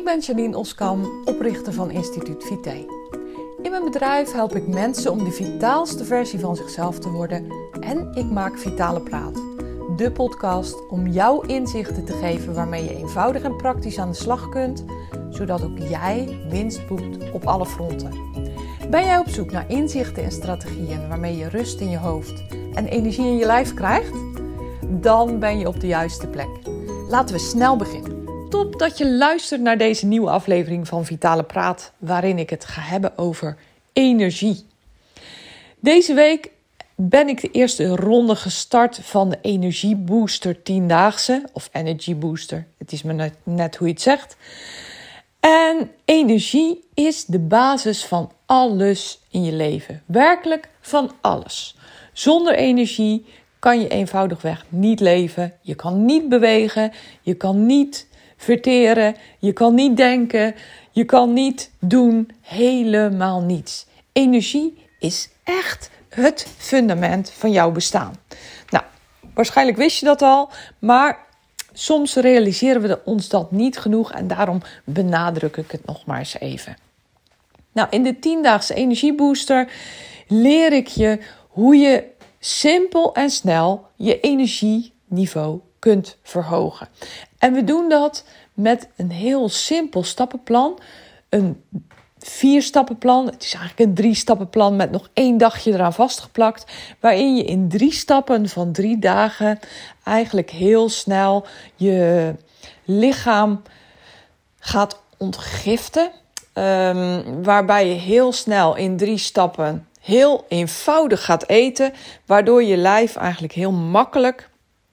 Ik ben Janine Oskam, oprichter van Instituut Vitae. In mijn bedrijf help ik mensen om de vitaalste versie van zichzelf te worden en ik maak Vitale Praat, de podcast om jou inzichten te geven waarmee je eenvoudig en praktisch aan de slag kunt, zodat ook jij winst boekt op alle fronten. Ben jij op zoek naar inzichten en strategieën waarmee je rust in je hoofd en energie in je lijf krijgt? Dan ben je op de juiste plek. Laten we snel beginnen. Top dat je luistert naar deze nieuwe aflevering van Vitale Praat, waarin ik het ga hebben over energie. Deze week ben ik de eerste ronde gestart van de Energie Booster 10-daagse, of Energy Booster, het is maar net hoe je het zegt. En energie is de basis van alles in je leven, werkelijk van alles. Zonder energie kan je eenvoudigweg niet leven, je kan niet bewegen, je kan niet verteren, je kan niet denken, je kan niet doen, helemaal niets. Energie is echt het fundament van jouw bestaan. Nou, waarschijnlijk wist je dat al, maar soms realiseren we ons dat niet genoeg en daarom benadruk ik het nog maar eens even. Nou, in de 10-daagse energiebooster leer ik je hoe je simpel en snel je energieniveau kunt verhogen. En we doen dat met een heel simpel stappenplan. Een 4-stappenplan. Het is eigenlijk een 3-stappenplan met nog 1 dagje eraan vastgeplakt. Waarin je in 3 stappen van 3 dagen eigenlijk heel snel je lichaam gaat ontgiften. Waarbij je heel snel in 3 stappen heel eenvoudig gaat eten. Waardoor je lijf eigenlijk heel makkelijk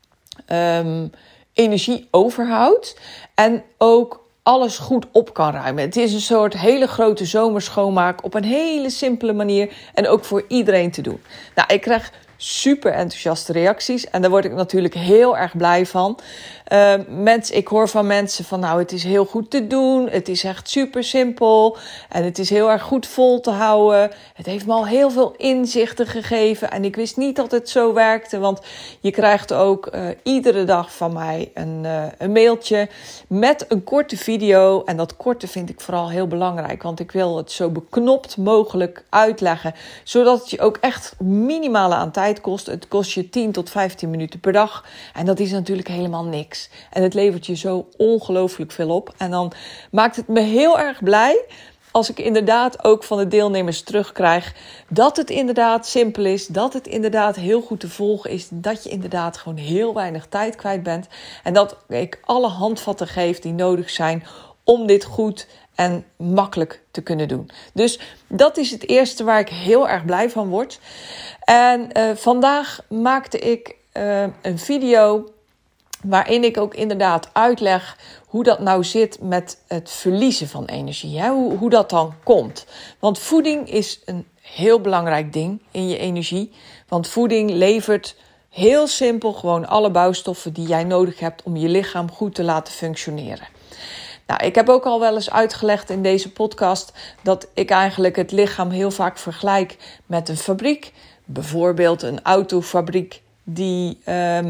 energie overhoudt en ook alles goed op kan ruimen. Het is een soort hele grote zomerschoonmaak op een hele simpele manier en ook voor iedereen te doen. Nou, ik krijg super enthousiaste reacties en daar word ik natuurlijk heel erg blij van. Ik hoor van mensen van nou, het is heel goed te doen, het is echt super simpel en het is heel erg goed vol te houden. Het heeft me al heel veel inzichten gegeven en ik wist niet dat het zo werkte, want je krijgt ook iedere dag van mij een mailtje met een korte video en dat korte vind ik vooral heel belangrijk, want ik wil het zo beknopt mogelijk uitleggen, zodat het je ook echt minimale aan tijd kost. Het kost je 10 tot 15 minuten per dag en dat is natuurlijk helemaal niks. En het levert je zo ongelooflijk veel op. En dan maakt het me heel erg blij als ik inderdaad ook van de deelnemers terugkrijg dat het inderdaad simpel is, dat het inderdaad heel goed te volgen is, dat je inderdaad gewoon heel weinig tijd kwijt bent en dat ik alle handvatten geef die nodig zijn om dit goed en makkelijk te kunnen doen. Dus dat is het eerste waar ik heel erg blij van word. En vandaag maakte ik een video waarin ik ook inderdaad uitleg hoe dat nou zit met het verliezen van energie. Hè? Hoe dat dan komt. Want voeding is een heel belangrijk ding in je energie. Want voeding levert heel simpel gewoon alle bouwstoffen die jij nodig hebt om je lichaam goed te laten functioneren. Nou, ik heb ook al wel eens uitgelegd in deze podcast dat ik eigenlijk het lichaam heel vaak vergelijk met een fabriek. Bijvoorbeeld een autofabriek die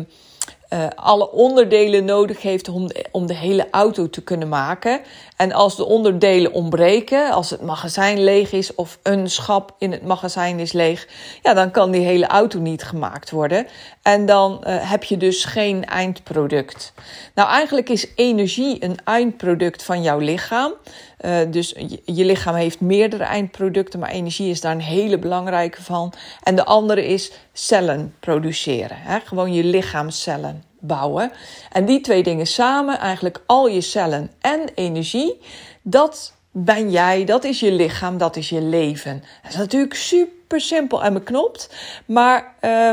alle onderdelen nodig heeft om de hele auto te kunnen maken. En als de onderdelen ontbreken, als het magazijn leeg is of een schap in het magazijn is leeg, ja, dan kan die hele auto niet gemaakt worden. En dan heb je dus geen eindproduct. Nou, eigenlijk is energie een eindproduct van jouw lichaam. Dus je lichaam heeft meerdere eindproducten, maar energie is daar een hele belangrijke van. En de andere is cellen produceren. Hè? Gewoon je lichaamscellen bouwen. En die 2 dingen samen, eigenlijk al je cellen en energie, dat ben jij, dat is je lichaam, dat is je leven. Dat is natuurlijk super simpel en beknopt, maar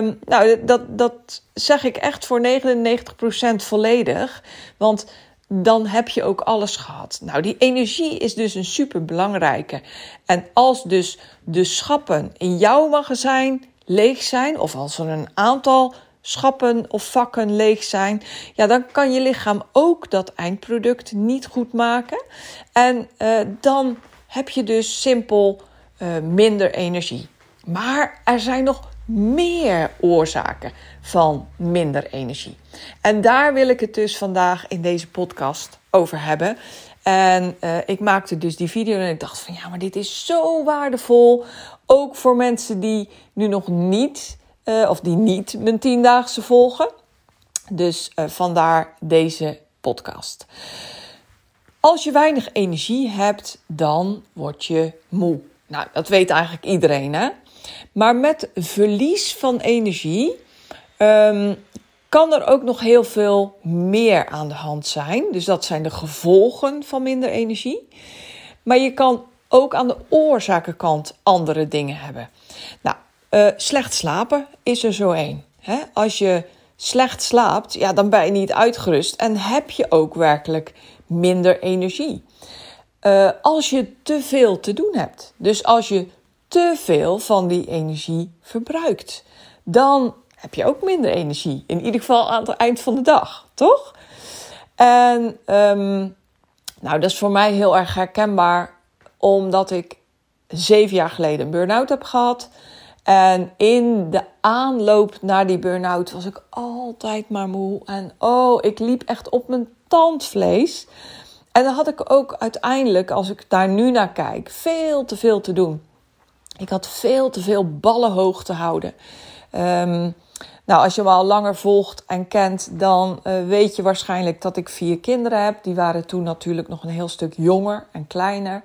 dat zeg ik echt voor 99% volledig, want dan heb je ook alles gehad. Nou, die energie is dus een superbelangrijke. En als dus de schappen in jouw magazijn leeg zijn, of als er een aantal schappen of vakken leeg zijn, ja, dan kan je lichaam ook dat eindproduct niet goed maken. En dan heb je dus simpel minder energie. Maar er zijn nog meer oorzaken van minder energie. En daar wil ik het dus vandaag in deze podcast over hebben. En ik maakte dus die video en ik dacht van ja, maar dit is zo waardevol. Ook voor mensen die nu nog niet, of die niet mijn 10-daagse volgen. Dus vandaar deze podcast. Als je weinig energie hebt, dan word je moe. Nou, dat weet eigenlijk iedereen, hè? Maar met verlies van energie kan er ook nog heel veel meer aan de hand zijn. Dus dat zijn de gevolgen van minder energie. Maar je kan ook aan de oorzakenkant andere dingen hebben. Nou, slecht slapen is er zo één. Als je slecht slaapt, ja, dan ben je niet uitgerust en heb je ook werkelijk minder energie. Als je te veel te doen hebt, dus als je te veel van die energie verbruikt, dan heb je ook minder energie. In ieder geval aan het eind van de dag, toch? En nou, dat is voor mij heel erg herkenbaar, omdat ik 7 jaar geleden een burn-out heb gehad. En in de aanloop naar die burn-out was ik altijd maar moe. En ik liep echt op mijn tandvlees. En dan had ik ook uiteindelijk, als ik daar nu naar kijk, veel te veel te doen. Ik had veel te veel ballen hoog te houden. Nou, als je me al langer volgt en kent, dan weet je waarschijnlijk dat ik 4 kinderen heb. Die waren toen natuurlijk nog een heel stuk jonger en kleiner.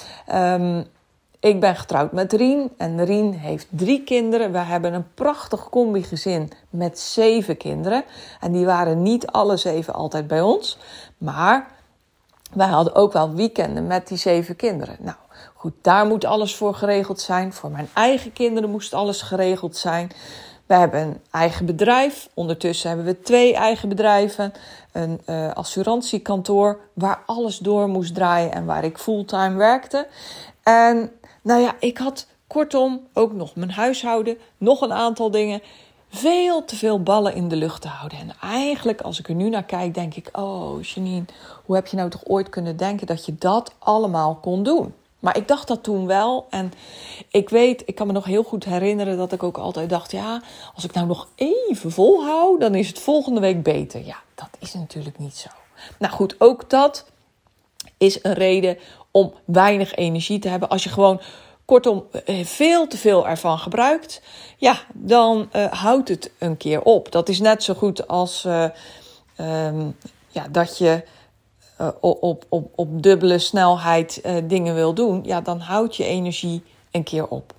Ik ben getrouwd met Rien en Rien heeft 3 kinderen. We hebben een prachtig combi-gezin met 7 kinderen. En die waren niet alle 7 altijd bij ons. Maar wij hadden ook wel weekenden met die 7 kinderen. Nou goed, daar moet alles voor geregeld zijn. Voor mijn eigen kinderen moest alles geregeld zijn. We hebben een eigen bedrijf. Ondertussen hebben we 2 eigen bedrijven. Een assurantiekantoor waar alles door moest draaien en waar ik fulltime werkte. En nou ja, ik had kortom ook nog mijn huishouden, nog een aantal dingen. Veel te veel ballen in de lucht te houden. En eigenlijk, als ik er nu naar kijk, denk ik, Janine, hoe heb je nou toch ooit kunnen denken dat je dat allemaal kon doen? Maar ik dacht dat toen wel. En ik kan me nog heel goed herinneren dat ik ook altijd dacht, ja, als ik nou nog even volhoud, dan is het volgende week beter. Ja, dat is natuurlijk niet zo. Nou goed, ook dat is een reden om weinig energie te hebben. Als je gewoon kortom veel te veel ervan gebruikt, ja, dan houdt het een keer op. Dat is net zo goed als dat je op dubbele snelheid dingen wil doen. Ja, dan houdt je energie een keer op.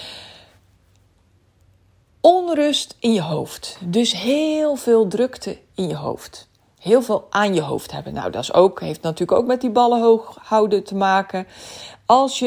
Onrust in je hoofd. Dus heel veel drukte in je hoofd. Heel veel aan je hoofd hebben. Nou, heeft natuurlijk ook met die ballen hoog houden te maken. Als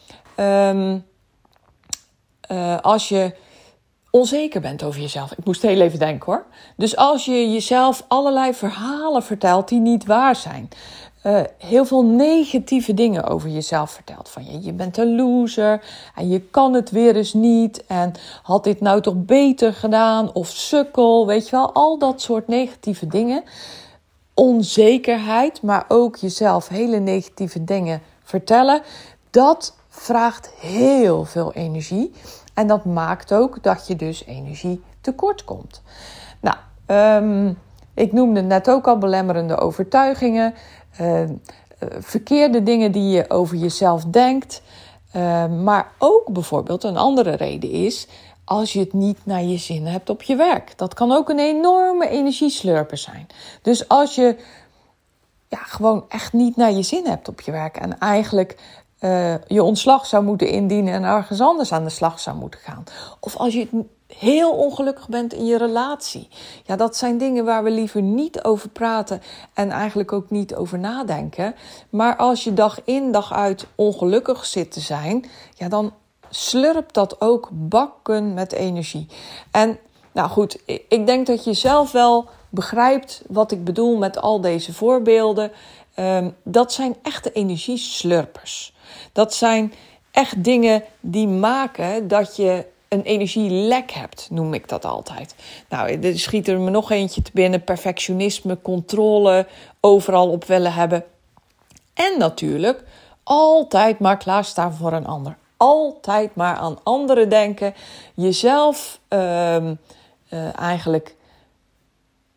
je onzeker bent over jezelf. Ik moest heel even denken hoor. Dus als je jezelf allerlei verhalen vertelt die niet waar zijn. Heel veel negatieve dingen over jezelf vertelt. Van je bent een loser en je kan het weer eens niet. En had dit nou toch beter gedaan? Of sukkel, weet je wel. Al dat soort negatieve dingen. Onzekerheid, maar ook jezelf hele negatieve dingen vertellen. Dat vraagt heel veel energie. En dat maakt ook dat je dus energie tekort komt. Nou, ik noemde net ook al belemmerende overtuigingen. Verkeerde dingen die je over jezelf denkt. Maar ook bijvoorbeeld een andere reden is als je het niet naar je zin hebt op je werk. Dat kan ook een enorme energieslurper zijn. Dus als je gewoon echt niet naar je zin hebt op je werk en eigenlijk je ontslag zou moeten indienen en ergens anders aan de slag zou moeten gaan. Of als je heel ongelukkig bent in je relatie. Ja, dat zijn dingen waar we liever niet over praten en eigenlijk ook niet over nadenken. Maar als je dag in dag uit ongelukkig zit te zijn, ja, dan slurpt dat ook bakken met energie. En nou goed, ik denk dat je zelf wel begrijpt wat ik bedoel met al deze voorbeelden. Dat zijn echte energieslurpers. Dat zijn echt dingen die maken dat je een energielek hebt, noem ik dat altijd. Nou, er schiet er me nog eentje te binnen. Perfectionisme, controle, overal op willen hebben. En natuurlijk altijd maar klaarstaan voor een ander. Altijd maar aan anderen denken. Jezelf eigenlijk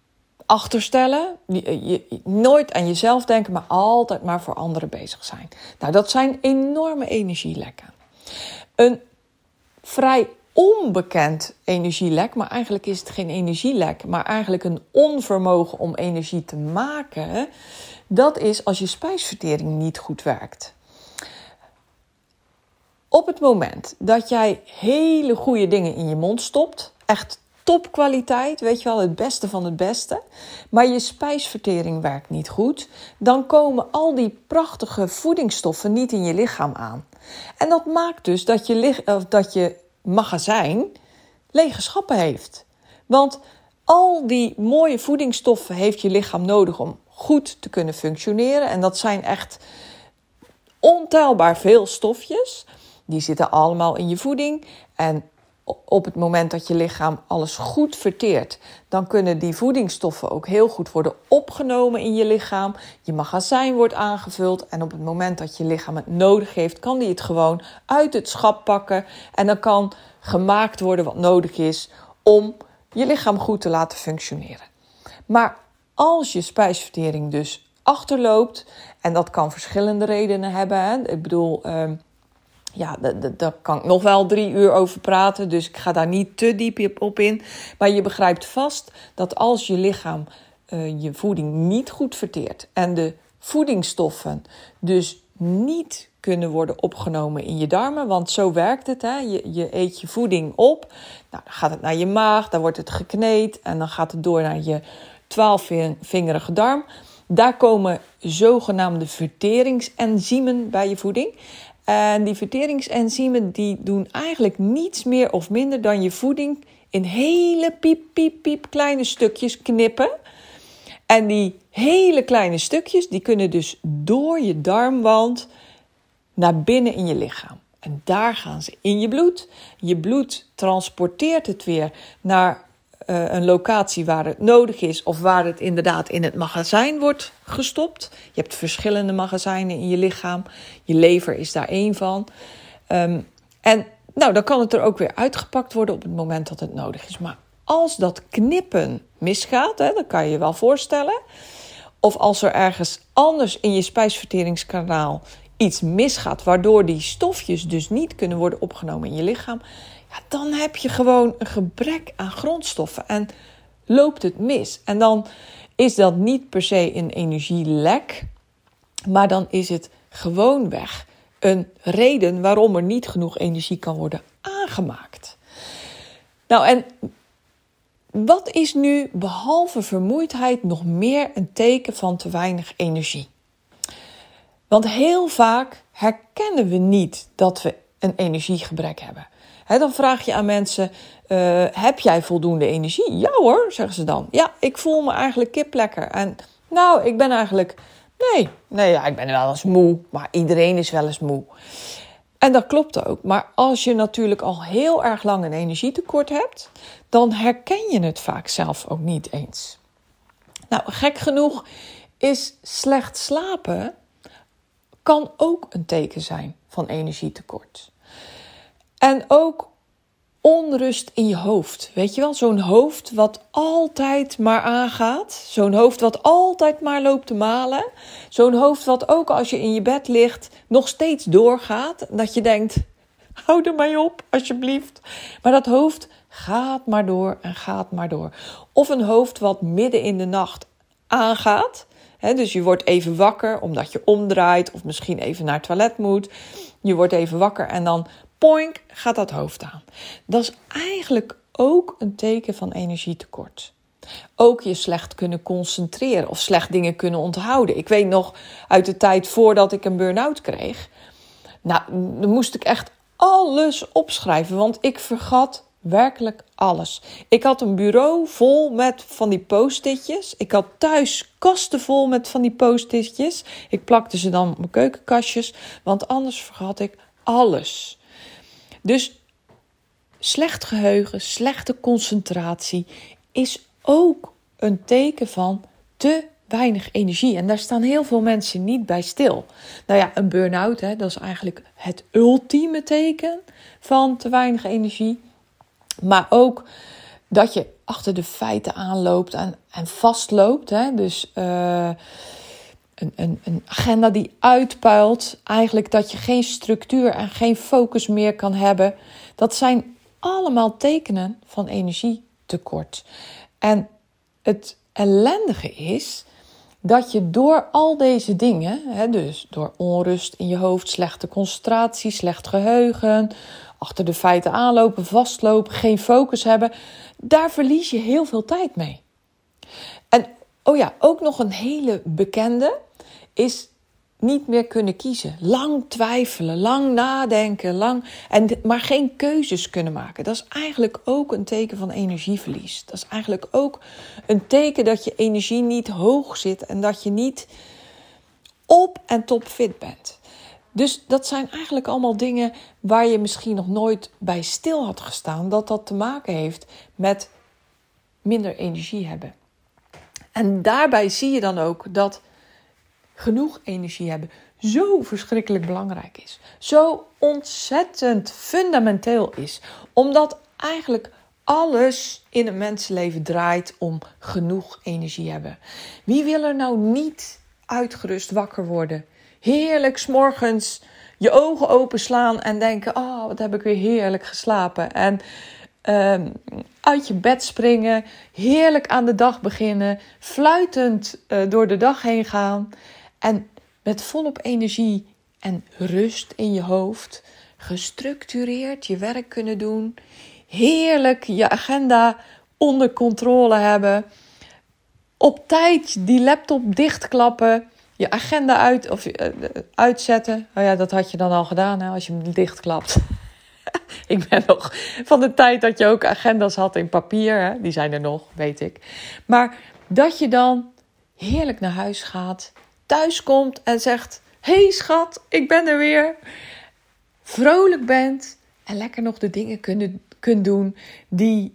achterstellen. Nooit aan jezelf denken, maar altijd maar voor anderen bezig zijn. Nou, dat zijn enorme energielekken. Een vrij onbekend energielek, maar eigenlijk is het geen energielek, maar eigenlijk een onvermogen om energie te maken. Dat is als je spijsvertering niet goed werkt. Op het moment dat jij hele goede dingen in je mond stopt, echt topkwaliteit, weet je wel, het beste van het beste, maar je spijsvertering werkt niet goed, dan komen al die prachtige voedingsstoffen niet in je lichaam aan. En dat maakt dus dat je magazijn lege schappen heeft. Want al die mooie voedingsstoffen heeft je lichaam nodig om goed te kunnen functioneren. En dat zijn echt ontelbaar veel stofjes. Die zitten allemaal in je voeding. En op het moment dat je lichaam alles goed verteert, dan kunnen die voedingsstoffen ook heel goed worden opgenomen in je lichaam. Je magazijn wordt aangevuld en op het moment dat je lichaam het nodig heeft, kan die het gewoon uit het schap pakken. En dan kan gemaakt worden wat nodig is om je lichaam goed te laten functioneren. Maar als je spijsvertering dus achterloopt, en dat kan verschillende redenen hebben. Hè? Ik bedoel, daar kan ik nog wel 3 uur over praten, dus ik ga daar niet te diep op in. Maar je begrijpt vast dat als je lichaam je voeding niet goed verteert en de voedingsstoffen dus niet kunnen worden opgenomen in je darmen, want zo werkt het. Hè? Je eet je voeding op, nou, dan gaat het naar je maag, daar wordt het gekneed en dan gaat het door naar je 12-vingerige darm. Daar komen zogenaamde verteringsenzymen bij je voeding. En die verteringsenzymen die doen eigenlijk niets meer of minder dan je voeding in hele piep kleine stukjes knippen. En die hele kleine stukjes die kunnen dus door je darmwand naar binnen in je lichaam. En daar gaan ze in je bloed. Je bloed transporteert het weer naar een locatie waar het nodig is of waar het inderdaad in het magazijn wordt gestopt. Je hebt verschillende magazijnen in je lichaam. Je lever is daar één van. En dan kan het er ook weer uitgepakt worden op het moment dat het nodig is. Maar als dat knippen misgaat, dat kan je je wel voorstellen. Of als er ergens anders in je spijsverteringskanaal iets misgaat, waardoor die stofjes dus niet kunnen worden opgenomen in je lichaam, dan heb je gewoon een gebrek aan grondstoffen en loopt het mis. En dan is dat niet per se een energielek, maar dan is het gewoonweg een reden waarom er niet genoeg energie kan worden aangemaakt. Nou, en wat is nu behalve vermoeidheid nog meer een teken van te weinig energie? Want heel vaak herkennen we niet dat we een energiegebrek hebben. Dan vraag je aan mensen, heb jij voldoende energie? Ja hoor, zeggen ze dan. Ja, ik voel me eigenlijk kiplekker. En ik ben eigenlijk, ik ben wel eens moe. Maar iedereen is wel eens moe. En dat klopt ook. Maar als je natuurlijk al heel erg lang een energietekort hebt, dan herken je het vaak zelf ook niet eens. Nou, gek genoeg is slecht slapen kan ook een teken zijn van energietekort. En ook onrust in je hoofd. Weet je wel, zo'n hoofd wat altijd maar aangaat. Zo'n hoofd wat altijd maar loopt te malen. Zo'n hoofd wat ook als je in je bed ligt nog steeds doorgaat. Dat je denkt, hou er maar op alsjeblieft. Maar dat hoofd gaat maar door en gaat maar door. Of een hoofd wat midden in de nacht aangaat. Dus je wordt even wakker omdat je omdraait of misschien even naar het toilet moet. Je wordt even wakker en dan poink gaat dat hoofd aan. Dat is eigenlijk ook een teken van energietekort. Ook je slecht kunnen concentreren of slecht dingen kunnen onthouden. Ik weet nog uit de tijd voordat ik een burn-out kreeg. Dan moest ik echt alles opschrijven, want ik vergat werkelijk alles. Ik had een bureau vol met van die post-itjes. Ik had thuis kasten vol met van die post-itjes. Ik plakte ze dan op mijn keukenkastjes, want anders vergat ik alles. Dus slecht geheugen, slechte concentratie is ook een teken van te weinig energie. En daar staan heel veel mensen niet bij stil. Een burn-out, dat is eigenlijk het ultieme teken van te weinig energie. Maar ook dat je achter de feiten aanloopt en vastloopt. Hè? Dus een agenda die uitpuilt. Eigenlijk dat je geen structuur en geen focus meer kan hebben. Dat zijn allemaal tekenen van energietekort. En het ellendige is dat je door al deze dingen, dus door onrust in je hoofd, slechte concentratie, slecht geheugen, achter de feiten aanlopen, vastlopen, geen focus hebben, daar verlies je heel veel tijd mee. En ook nog een hele bekende is niet meer kunnen kiezen. Lang twijfelen, lang nadenken, maar geen keuzes kunnen maken. Dat is eigenlijk ook een teken van energieverlies. Dat is eigenlijk ook een teken dat je energie niet hoog zit en dat je niet op en top fit bent. Dus dat zijn eigenlijk allemaal dingen waar je misschien nog nooit bij stil had gestaan, dat te maken heeft met minder energie hebben. En daarbij zie je dan ook dat genoeg energie hebben zo verschrikkelijk belangrijk is. Zo ontzettend fundamenteel is. Omdat eigenlijk alles in een mensenleven draait om genoeg energie hebben. Wie wil er nou niet uitgerust wakker worden? Heerlijk 's morgens je ogen openslaan en denken, wat heb ik weer heerlijk geslapen. En uit je bed springen, heerlijk aan de dag beginnen, fluitend door de dag heen gaan. En met volop energie en rust in je hoofd, gestructureerd je werk kunnen doen, heerlijk je agenda onder controle hebben, op tijd die laptop dichtklappen, je agenda uitzetten. Dat had je dan al gedaan als je hem dichtklapt. Ik ben nog van de tijd dat je ook agenda's had in papier. Hè? Die zijn er nog, weet ik. Maar dat je dan heerlijk naar huis gaat, thuis komt en zegt, hey schat, ik ben er weer. Vrolijk bent en lekker nog de dingen kunt doen die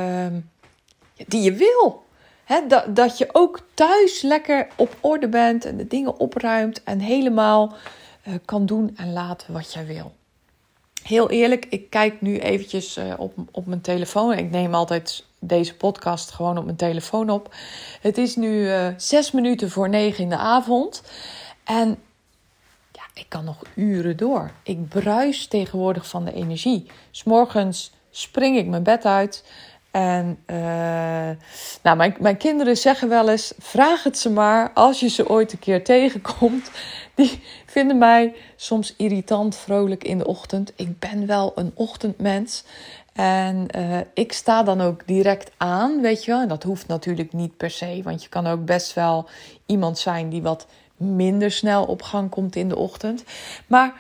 je wil. Dat je ook thuis lekker op orde bent en de dingen opruimt en helemaal kan doen en laten wat jij wil. Heel eerlijk, ik kijk nu eventjes op mijn telefoon. Ik neem altijd deze podcast gewoon op mijn telefoon op. Het is nu 6 minuten voor 9 in de avond. En ik kan nog uren door. Ik bruis tegenwoordig van de energie. 's Morgens spring ik mijn bed uit. En mijn kinderen zeggen wel eens, vraag het ze maar als je ze ooit een keer tegenkomt. Die vinden mij soms irritant vrolijk in de ochtend. Ik ben wel een ochtendmens. En ik sta dan ook direct aan, weet je wel. En dat hoeft natuurlijk niet per se. Want je kan ook best wel iemand zijn die wat minder snel op gang komt in de ochtend. Maar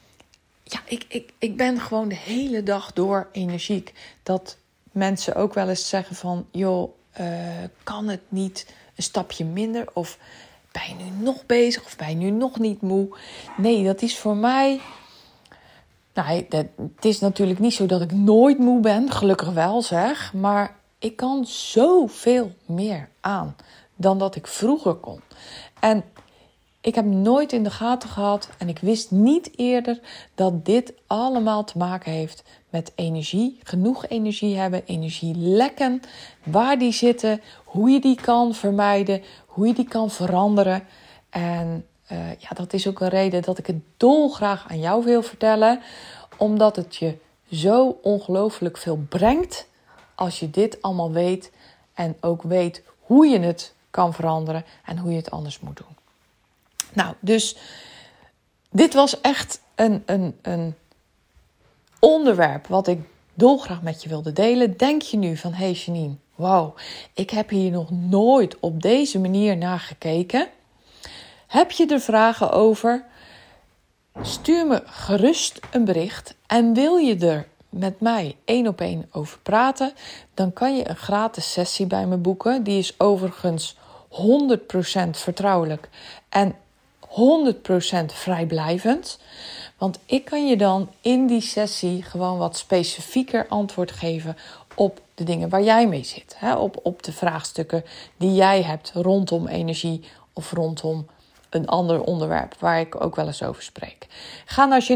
ik ben gewoon de hele dag door energiek. Dat mensen ook wel eens zeggen van, kan het niet een stapje minder? Of ben je nu nog bezig? Of ben je nu nog niet moe? Nee, dat is voor mij... het is natuurlijk niet zo dat ik nooit moe ben. Gelukkig wel zeg. Maar ik kan zoveel meer aan dan dat ik vroeger kon. En ik heb nooit in de gaten gehad en ik wist niet eerder dat dit allemaal te maken heeft met energie. Genoeg energie hebben, energielekken, waar die zitten, hoe je die kan vermijden, hoe je die kan veranderen. En dat is ook een reden dat ik het dolgraag aan jou wil vertellen. Omdat het je zo ongelooflijk veel brengt als je dit allemaal weet. En ook weet hoe je het kan veranderen en hoe je het anders moet doen. Nou, dus dit was echt een onderwerp wat ik dolgraag met je wilde delen. Denk je nu van, hey Janine, wauw, ik heb hier nog nooit op deze manier naar gekeken. Heb je er vragen over? Stuur me gerust een bericht. En wil je er met mij 1-op-1 over praten, dan kan je een gratis sessie bij me boeken. Die is overigens 100% vertrouwelijk en 100% vrijblijvend. Want ik kan je dan in die sessie gewoon wat specifieker antwoord geven op de dingen waar jij mee zit. Op de vraagstukken die jij hebt rondom energie of rondom een ander onderwerp waar ik ook wel eens over spreek. Ga naar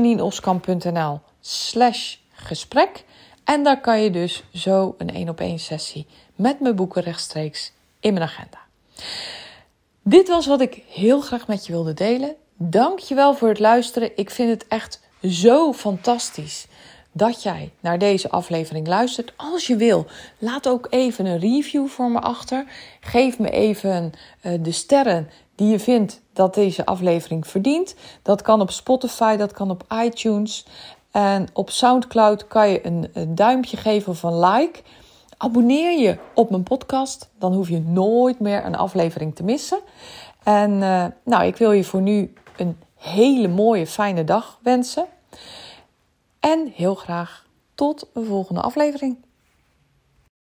janineoskamp.nl/gesprek en daar kan je dus zo een 1-op-1 sessie met mijn boeken rechtstreeks in mijn agenda. Dit was wat ik heel graag met je wilde delen. Dank je wel voor het luisteren. Ik vind het echt zo fantastisch dat jij naar deze aflevering luistert. Als je wil, laat ook even een review voor me achter. Geef me even de sterren die je vindt dat deze aflevering verdient. Dat kan op Spotify, dat kan op iTunes. En op Soundcloud kan je een duimpje geven of een like. Abonneer je op mijn podcast, dan hoef je nooit meer een aflevering te missen. En ik wil je voor nu een hele mooie, fijne dag wensen. En heel graag tot een volgende aflevering.